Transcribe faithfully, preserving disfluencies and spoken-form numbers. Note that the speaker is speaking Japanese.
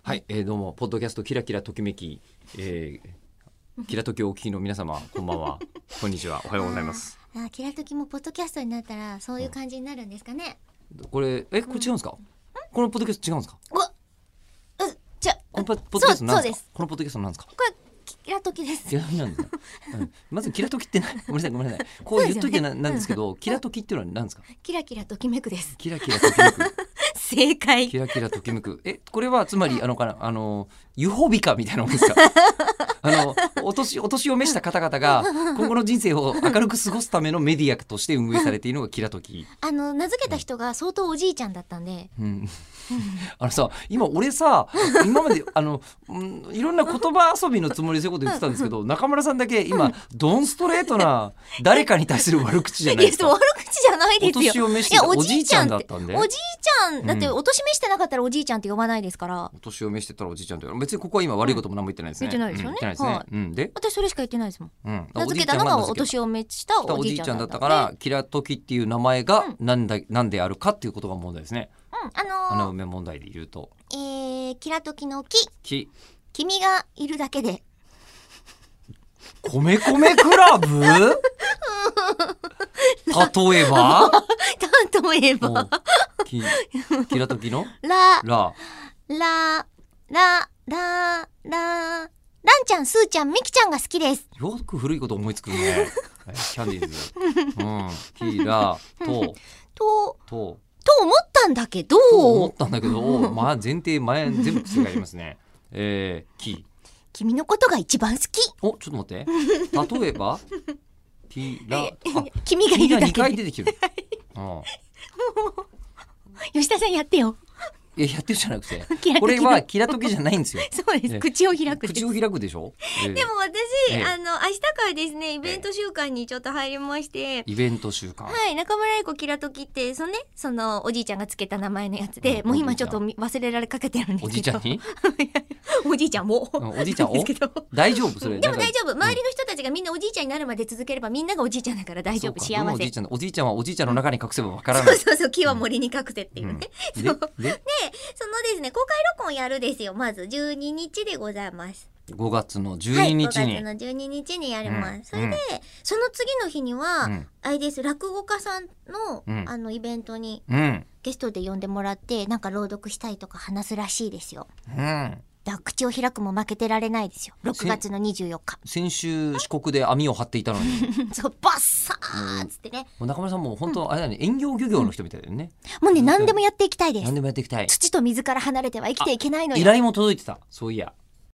はい、えー、どうもポッドキャストキラキラときめき、えー、キラときをお聞きの皆様こんばんはこんにちは、おはようございます。 ああ、キラときもポッドキャストになったらそういう感じになるんですかね。 うん、これえこれ違うんですか、うん、このポッドキャスト違うんですか。 うわうじゃこのポッドキャストなんですか。 そうです。 このポッドキャストなんですか。 これキラときです。 キラときなんですか、うん、まずキラときって何ごめんなさいごめんなさいこう言っといてな、ね、なんですけど、キラときっていうのは何ですか。 キラキラときめくです。 キラキラときめく正解。 キラキラときめく。えこれはつまりあのかなあのユホビカみたいなもんですかあのお年お年を召した方々が今後の人生を明るく過ごすためのメディアとして運営されているのがキラとき。 あの名付けた人が相当おじいちゃんだったんで、 うん、あのさ今俺さ今まであの、うん、いろんな言葉遊びのつもりでそういうこと言ってたんですけど、中村さんだけ今ドンストレートな誰かに対する悪口じゃないですか。 いや悪口じゃないですよ。 お年を召してたおじいちゃんだったんで。 おじいちゃんだってお年召してなかったらおじいちゃんって呼ばないですから、 お年を召してたらおじいちゃんって別にここは今悪いことも何も言ってないですね、 うん、言ってないですよね、 うん、言ってないですね、はい、うん、で私それしか言ってないですもん、 うん、 名付けたのがお年を召したおじいちゃんだったから、 キラトキっていう名前が何だ、何であるかっていうことが問題ですね。 うん、あのー、 穴埋め問題で言うと、 えー、キラトキの木木君がいるだけで米米クラブ例えば例えばキ, キラトキのララララララランちゃん、スーちゃん、ミキちゃんが好きです。 よく古いこと思いつくねキャンディーズ、うん、キラとととと思ったんだけどと思ったんだけどまあ前提前全部違いますねえー、キ君のことが一番好き。 おちょっと待って例えばキラ君がいるだけでにかい出てきてるああ吉田さんやってよ。 いややってるじゃなくてこれはキラトキじゃないんですよ。 そうです、口を開く口を開くでしょ、えー、 でも私、 えー、 あの明日からですねイベント週間にちょっと入りまして、えー、 イベント週間、 はい、中村英子キラトキってそのねそのおじいちゃんがつけた名前のやつで、うん、もう今ちょっと忘れられかけてるんですけど、 おじいちゃんにおじいちゃんも、 うん、おじいちゃんを大丈夫それでも大丈夫、周りの人たちがみんなおじいちゃんになるまで続ければみんながおじいちゃんだから大丈夫、幸せ。 おじいちゃんおじいちゃんはおじいちゃんの中に隠せばわからない、 そうそうそう、木は森に隠せっていうね、うん、で, で, でそのですね公開録音やるですよ。まずじゅうににちでございます。 ごがつのじゅうににちに、はい、 ごがつのじゅうににちにやります、うん、それで、うん、その次の日には、うん、あれです落語家さんの、うん、あのイベントに、うん、ゲストで呼んでもらってなんか朗読したりとか話すらしいですよ、うん、だ口を開くも負けてられないですよ。ろくがつのにじゅうよっか先週四国で網を張っていたのにそうバッサーっつってね、 もう中村さんも本当あれだね、遠洋漁業の人みたいだよね、 うん、もうね何でもやっていきたいです。 何でもやっていきたい。 土と水から離れては生きていけないのよ、 依頼も届いてたそういや